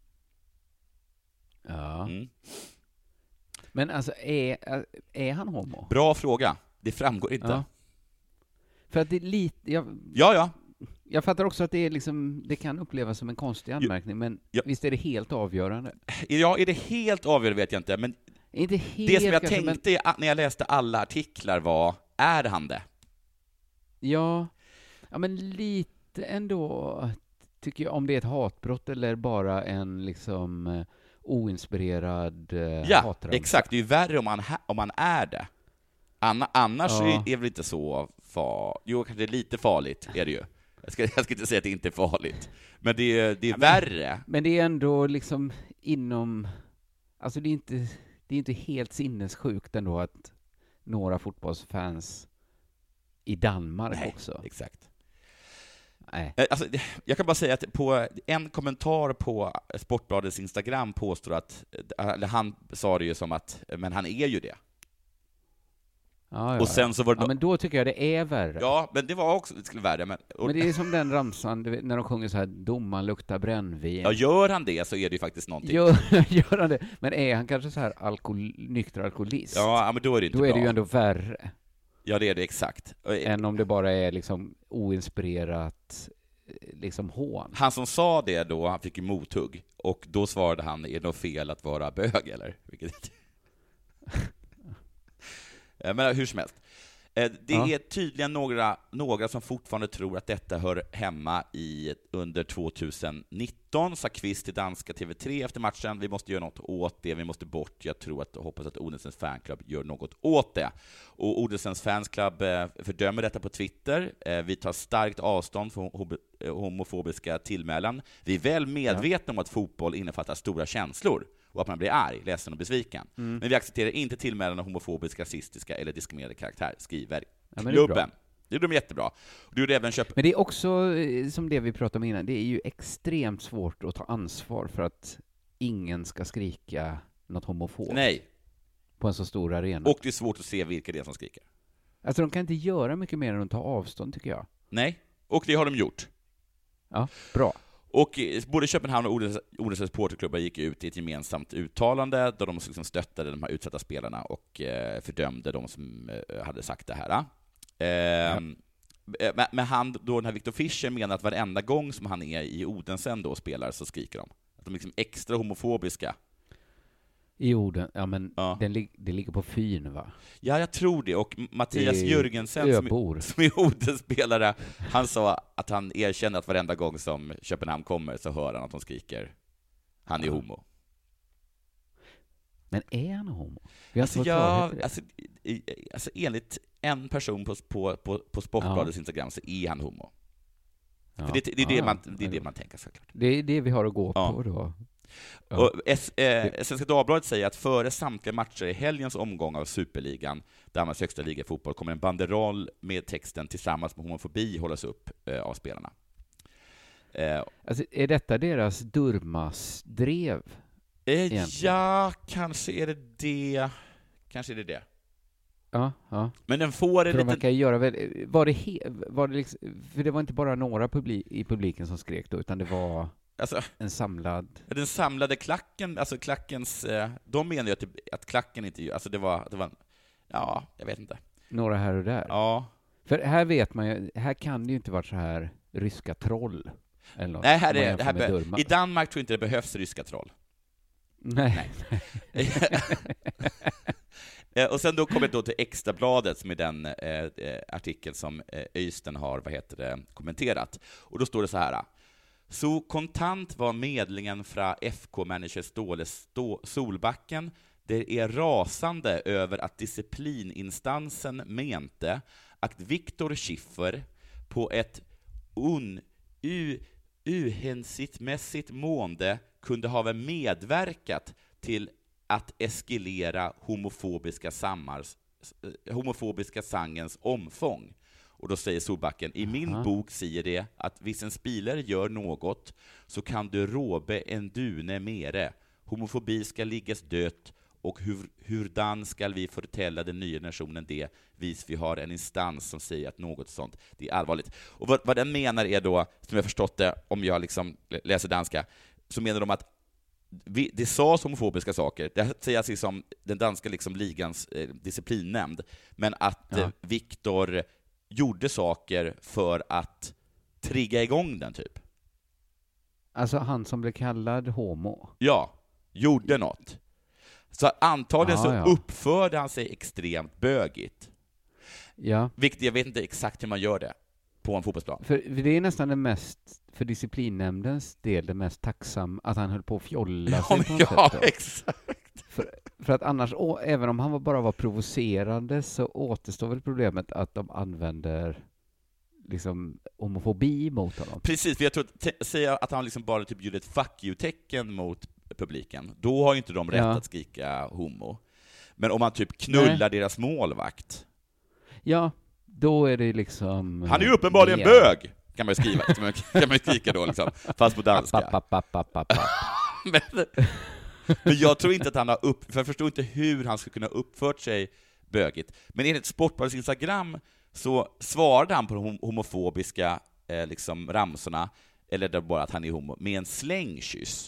Ja. Mm. Men alltså, är, är han homo? Bra fråga. Det framgår inte. Ja. Ja, För att det är lite... Jag, ja. jag fattar också att det, är liksom, det kan upplevas som en konstig anmärkning, men Ja. visst är det helt avgörande? Ja, är det helt avgörande vet jag inte, men Inte helt, det som jag kanske, men, tänkte när jag läste alla artiklar var, är han det? ja, ja, men lite ändå, tycker jag, om det är ett hatbrott eller bara en liksom eh, oinspirerad eh, Ja, hatramsa. exakt. Det är ju värre om man, ha- om man är det. Anna, annars Ja. är är det väl inte så far... Jo, kanske lite farligt är det ju. Jag ska, jag ska inte säga att det inte är farligt. Men det är, det är Ja, men- värre. Men det är ändå liksom inom, alltså det är inte, det är inte helt sinnessjukt ändå att några fotbollsfans i Danmark Nej, också. exakt. Nej. Eh, Alltså, det- jag kan bara säga att på en kommentar på Sportbladets Instagram påstår att, eller han sa det ju som att, men han är ju det. Ja, ja, Och sen så var det... ja, men då tycker jag det är värre. Ja, men det var också det skulle värre. Men, och, Men det är som den ramsan, du vet, när de sjunger så här, domaren luktar brännvin. ja, gör han det så är det ju faktiskt någonting. Gör, gör han det? Men är han kanske så här alkohol, nykter alkoholist? Ja, men då är det inte då är bra. det ju ändå värre Ja, det är det exakt. Och, eh, än om det bara är liksom oinspirerat eh, liksom hån. Han som sa det då, han fick ju mothugg. Och då svarade han, är det något fel att vara bög eller? Vilket... Men hur som helst. Eh, Det Ja. är tydligen några, några som fortfarande tror att detta hör hemma i under tjugonitton, sa Kvist till danska T V tre efter matchen. Vi måste göra något åt det, vi måste bort. Jag tror att, hoppas att Odensens fanklubb gör något åt det. Och Odensens fanklubb eh, fördömer detta på Twitter. Eh, Vi tar starkt avstånd från hob- eh, homofobiska tillmälen. Vi är väl medvetna om att fotboll innefattar stora känslor. och att man blir arg, ledsen och besviken. Mm. Men vi accepterar inte tillmälen av homofobisk, rasistiska eller diskriminerande karaktär, skriver Ja, men det är klubben. bra. Det gjorde de jättebra. Du gjorde även köp... Men det är också, eh, som det vi pratade om innan, det är ju extremt svårt att ta ansvar för att ingen ska skrika något homofobiskt Nej, på en så stor arena. och det är svårt att se vilka det är som skriker. Alltså de kan inte göra mycket mer än att ta avstånd, tycker jag. Nej, och det har de gjort. Ja, bra. Och både Köpenhamn och Odense supporterklubbar gick ut i ett gemensamt uttalande där de liksom stöttade de här utsatta spelarna och eh, fördömde de som eh, hade sagt det här. Eh, Ja. men, men han, då den här Victor Fischer menar att varenda gång som han är i Odense då och spelar så skriker de. Att de är liksom extra homofobiska. I orden, ja men Ja. Den lig- det ligger på Fyn, va? Ja, jag tror det. Och Mattias Det är Jörgensen som öbor. är, som är Odense-spelare, han sa att han erkänner att varenda gång som Köpenhamn kommer så hör han att de skriker han är Ja. homo. Men är han homo? Vi har Alltså, inte fått klarhet jag, i det. alltså, i- i- alltså enligt en person på, på, på, på Sportbladets Instagram så är han homo. Ja. För det, det, är det, Ja, man, ja. det är det man tänker såklart. Det är det vi har att gå Ja. på då. Ja. Och S, eh, Svenska Dagbladet säger att före samtliga matcher i helgens omgång av Superligan, Danmarks högsta liga i fotboll, kommer en banderoll med texten "Tillsammans med homofobi" hållas upp eh, av spelarna. Eh, Alltså, är detta deras Durmas-drev? eh, Egentligen. ja, kanske är det det. Kanske är det det. Ja, ja. Men den får en För de liten... verkar göra väl, var det, he, var det liksom, för det var inte bara några publi, i publiken som skrek då, utan det var Alltså, en samlad... den samlade klacken, alltså klackens... Eh, de menar ju att, det, att klacken inte... Alltså det var... Det var ja, jag vet inte. Några här och där. Ja. För här vet man ju, här kan det ju inte vara så här ryska troll. Eller något, Nej, här om man är, jämför här med be, Durmaz. i Danmark tror jag inte det behövs ryska troll. Nej. Eh, och sen då kommer det då till Extrabladet som är den eh, eh, artikel som eh, Öystein har, vad heter det, kommenterat. Och då står det så här: så kontant var medlingen fra F K-manager Ståle Stå- Solbacken. Det är rasande över att disciplininstansen mente att Viktor Schiffer på ett un, u, uhänsynsmässigt mående kunde ha medverkat till att eskalera homofobiska, sammars, homofobiska sangens omfång. Och då säger Solbacken, i min Aha. bok säger det att hvis en spelare gör något så kan du råbe en dune mere. Homofobi ska liggas dött och hur, hurdan ska vi förtälla den nya nationen det vis vi har en instans som säger att något sånt det är allvarligt. Och vad, vad den menar är då, som jag förstått det om jag liksom läser danska, så menar de att vi, det sades homofobiska saker, det sägs liksom den danska liksom ligans eh, disciplinnämnd, men att Ja. eh, Viktor gjorde saker för att trigga igång den typ. Alltså han som blev kallad homo. Ja, gjorde något. Så antagligen Ja, så ja. uppförde han sig extremt bögigt. Ja, Vilket jag vet inte exakt hur man gör det på en fotbollsplan. för, för det är nästan det mest, för disciplinnämndens del, det mest tacksam att han höll på att fjolla sig Ja, på men något ja sätt. Då. exakt. För, för att annars, å, även om han var, bara var provocerande, så återstår väl problemet att de använder liksom homofobi mot honom. Precis, för jag tror, te- säga att han liksom bara typ gjorde ett fuck you-tecken mot publiken, då har ju inte de rätt Ja. att skrika homo. Men om man typ knullar Nej. deras målvakt, Ja, då är det liksom... han är ju eh, uppenbarligen mer- bög, kan man ju skriva, kan man, kan man ju skrika då liksom, fast på danska. App, app, app, app, app, app. men, men jag tror inte att han har upp, för jag förstår inte hur han skulle kunna uppfört sig bögigt. Men enligt Sportbladets Instagram så svarade han på de homofobiska eh, liksom ramsorna, eller det bara att han är homo, med en slängkyss.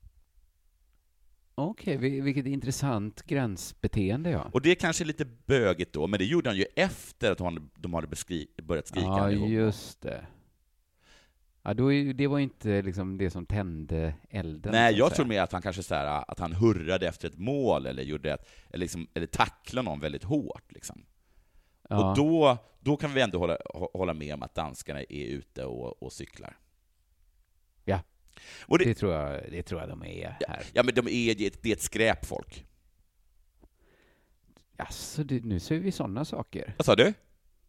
Okej, vi- vilket intressant gränsbeteende, ja. Och det kanske är lite bögigt då, men det gjorde han ju efter att de, de hade beskri- börjat skrika Ja, han är homo. just det. Ja, då är, ju- det var inte liksom det som tände elden. Nej, så att jag säga. tror mer att han kanske så här, att han hurrade efter ett mål eller gjorde ett, eller, liksom, eller tacklade någon väldigt hårt liksom. Ja. Och då, då kan vi ändå hålla, hålla med om att danskarna är ute och, och cyklar. Ja. Och det, Det, tror jag, det tror jag de är här. ja, men de är, det är ett, det är ett skräpfolk. Alltså, det, nu ser vi sådana saker. Vad sa du?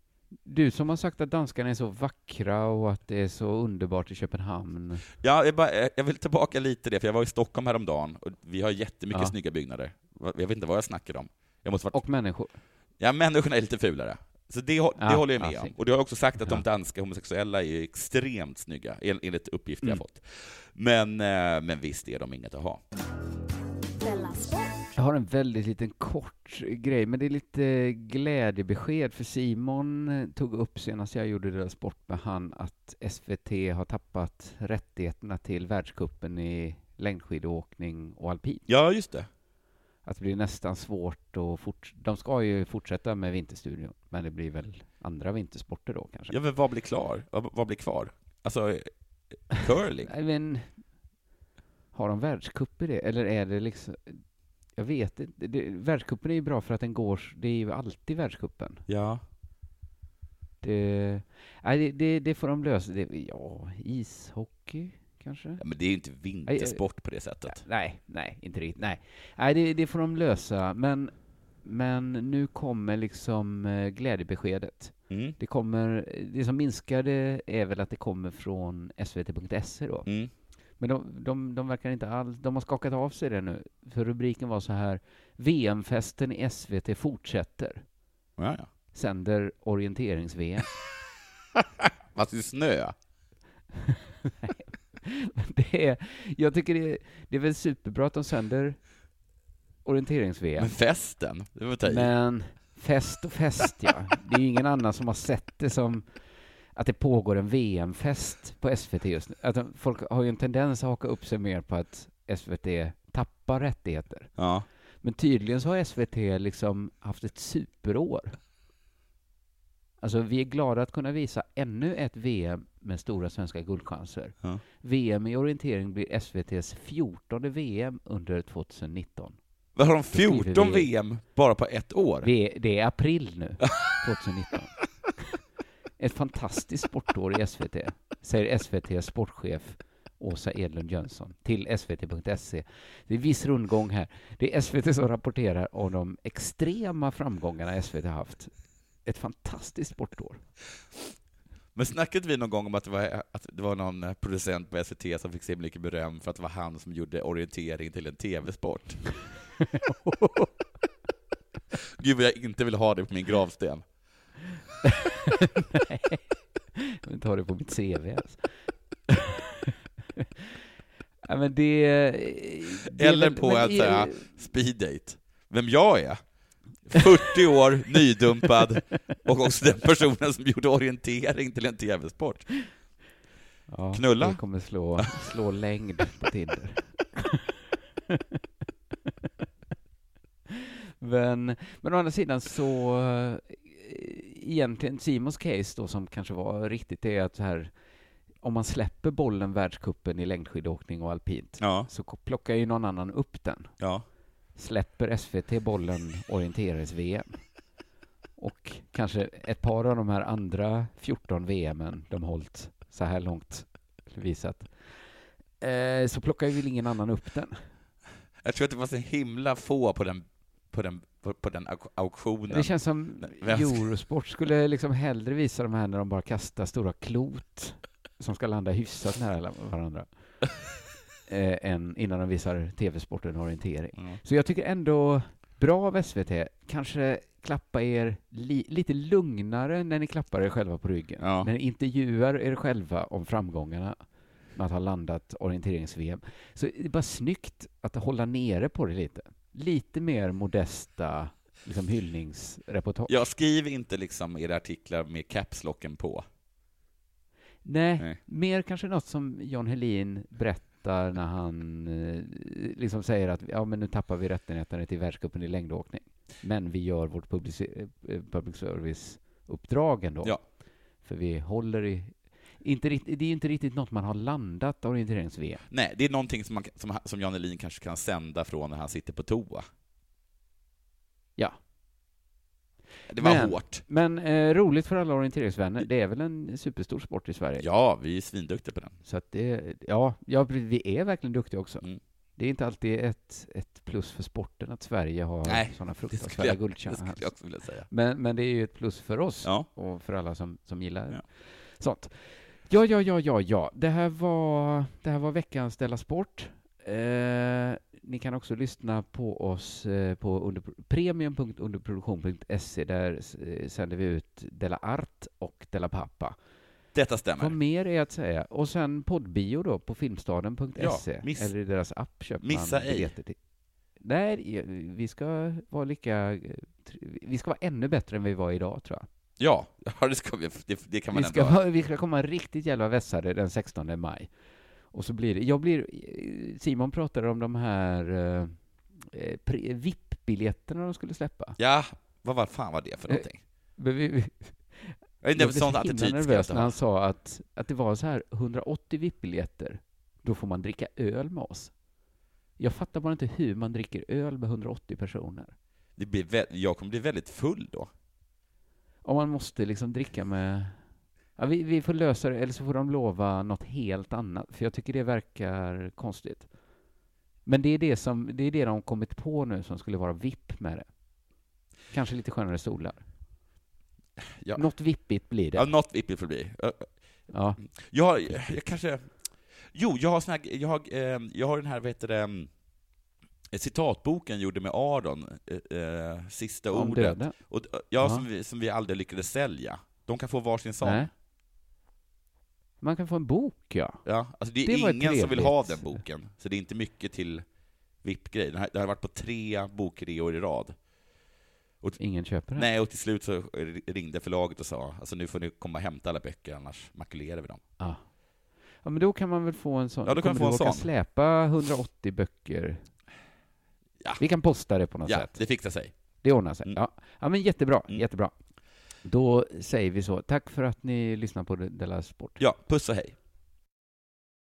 Du som har sagt att danskarna är så vackra och att det är så underbart i Köpenhamn. Ja, jag, bara, jag vill tillbaka lite till det, för jag var i Stockholm häromdagen och vi har jättemycket Ja. snygga byggnader. Jag vet inte vad jag snackar om. Jag måste varit... Och människor. Ja, människorna är lite fulare. Så det, det Ja, håller jag med ja, om. Och du har också sagt att ja. de danska homosexuella är extremt snygga, enligt uppgifter jag Mm. fått. Men, men visst är de inget att ha. Jag har en väldigt liten kort grej, men det är lite glädjebesked, för Simon tog upp senast jag gjorde det där sport med han att S V T har tappat rättigheterna till världscupen i längdskidåkning och alpin. Ja, just det. Att det blir nästan svårt att fort... De ska ju fortsätta med Vinterstudion, men det blir väl andra vintersporter då kanske. Ja, men vad blir klar? Vad, vad blir kvar? Alltså, curling? Nej, men har de världscup i det? Eller är det liksom... Jag vet inte. Det, världscupen är ju bra för att den går... Det är ju alltid världscupen. Ja. Det, nej, det, det, det får de lösa. Det, ja, ishockey kanske? Ja, men det är ju inte vintersport på det sättet. Nej, nej, inte riktigt. Nej, nej det, det får de lösa. Men, men nu kommer liksom eh, glädjebeskedet. Mm. Det kommer, det som minskar det är väl att det kommer från S V T punkt se då. Mm. Men de, de, de verkar inte alls, de har skakat av sig det nu. För rubriken var så här: V M-festen i S V T fortsätter. Ja, ja. Sänder orienterings-V M. Fast det är snö. det är, jag tycker det är, det är väl superbra att de sänder orienterings-V M. Men festen, det var ta i. Men fest och fest, ja. Det är ju ingen annan som har sett det som att det pågår en V M-fest på S V T just nu. Att de, folk har ju en tendens att haka upp sig mer på att S V T tappar rättigheter. Ja. Men tydligen så har S V T liksom haft ett superår. Alltså vi är glada att kunna visa ännu ett V M med stora svenska guldchanser. Ja. V M i orientering blir S V T:s fjortonde V M under tjugonitton. Vad har de fjorton vi- V M bara på ett år? Det är, det är april nu, tjugonitton. Ett fantastiskt sportår i S V T, säger S V T:s sportchef Åsa Edlund Jönsson till S V T punkt se. Det är viss rundgång här. Det är S V T som rapporterar om de extrema framgångarna S V T har haft. Ett fantastiskt sportår. Men snackade vi någon gång om att det var, att det var någon producent på S V T som fick så mycket beröm för att det var han som gjorde orientering till en tv-sport? Gud vad jag inte vill ha det på min gravsten. Nej, jag vill inte ha det på mitt C V. Alltså. Ja, men det, det Eller väl, på men att i- säga speeddate. Vem jag är? fyrtio år, nydumpad, och också den personen som gjorde orientering till en tv-sport. Ja, Knulla? det kommer slå, slå längd på Tinder. men, men å andra sidan så eh, egentligen Simons case då, som kanske var riktigt, är att så här, om man släpper bollen världscupen i längdskidåkning och alpint, Ja, så plockar ju någon annan upp den. ja. Släpper S V T bollen orienterings-V M. Och kanske ett par av de här andra fjorton V M:en de hållit så här långt visat. Eh, så plockar ju väl ingen annan upp den. Jag tror att det var så himla få på den, på den, på, på den auk- auktionen. Det känns som Vem ska- Eurosport skulle liksom hellre visa de här när de bara kastar stora klot som ska landa hyfsat nära varandra. eh, än innan de visar tv-sporten orientering. Mm. Så jag tycker ändå bra av S V T. Kanske klappa er li- lite lugnare när ni klappar er själva på ryggen. Ja. När ni intervjuar er själva om framgångarna med att ha landat orienterings-V M. Så det är bara snyggt att hålla nere på det lite. Lite mer modesta liksom hyllningsreportage. Jag skriver inte liksom era artiklar med capslocken på. Nej, Nej. mer kanske något som John Helin berättar när han eh, liksom säger att ja, men nu tappar vi rättigheterna till världscupen i längdåkning. Men vi gör vårt public, eh, public service-uppdrag ändå. Ja. För vi håller i... Inte, rikt- det är inte riktigt något man har landat orienterings-V M. Nej, det är någonting som, man, som, som Jan Elin kanske kan sända från när han sitter på toa. Ja. Det var Men- hårt. Men eh, roligt för alla orienteringsvänner. Det är väl en superstor sport i Sverige. Ja, vi är svinduktiga på den. Så att det, ja, ja, vi är verkligen duktiga också. Mm. Det är inte alltid ett, ett plus för sporten att Sverige har Nej, sådana det skulle fruktansvärda jag, det guldstjärnor. skulle jag också vilja säga. Men, men det är ju ett plus för oss Ja. och för alla som, som gillar Ja. sånt. Ja, ja, ja, ja, ja. Det här var, det här var veckans Della Sport. Eh, ni kan också lyssna på oss eh, på under, premium punkt underproduktion punkt se. Där eh, sänder vi ut Della Art och Della Pappa. Detta stämmer. Vad mer är att säga? Och sen poddbio då på filmstaden punkt se. Ja, miss- eller i deras app köper Missa man ej. biljetter till. Nej, vi ska vara lika... Vi ska vara ännu bättre än vi var idag, tror jag. Ja, ja det, ska vi, det, det kan man Vi ska, ändå... vara, vi ska komma riktigt jävla vässade den sextonde maj. Och så blir det... Jag blir... Simon pratade om de här eh, pre- V I P-biljetterna de skulle släppa. Ja, vad var fan var det för någonting? Men vi, vi, Jag jag är inte blev sån så attityd himla ska jag nervös inte när ha. han sa att, att det var så här hundraåttio V I P-biljetter. Då får man dricka öl med oss. Jag fattar bara inte hur man dricker öl med hundraåttio personer. Det blir vä- jag kommer bli väldigt full då. Om man måste liksom dricka med... Ja, vi, vi får lösa det, eller så får de lova något helt annat. För jag tycker det verkar konstigt. Men det är det, som, det är det de kommit på nu som skulle vara V I P med det. Kanske lite skönare stolar. Ja. Något vippigt blir det. Ja, något V I P får det bli. Ja. Jag, har- jag kanske... Jo, jag har sån här, jag har, eh, jag har den här, vad heter det, eh, citatboken gjorde med Aron, eh, eh, sista Om ordet. döden. Och, ja, Ja. som vi, som vi aldrig lyckades sälja. De kan få varsin sån. Nej. Man kan få en bok, ja. Ja, alltså det är Det var ingen som vill ha den trevligt. boken, så det är inte mycket till V I P-grej. Den här- Det har varit på tre bokreor i rad. Ingen köper den. Nej, och till slut så ringde förlaget och sa, alltså nu får ni komma och hämta alla böcker, annars makulerar vi dem. Ja. Ja, men då kan man väl få en sån. Ja, då kan Kommer man få du en orka sån. släpa hundraåttio böcker? Ja. Vi kan posta det på något Ja, sätt. det fixar sig. Det ordnar sig. Mm. Ja. Ja, men jättebra. Mm. Jättebra. Då säger vi så. Tack för att ni lyssnar på Della Sport. Ja, puss och hej.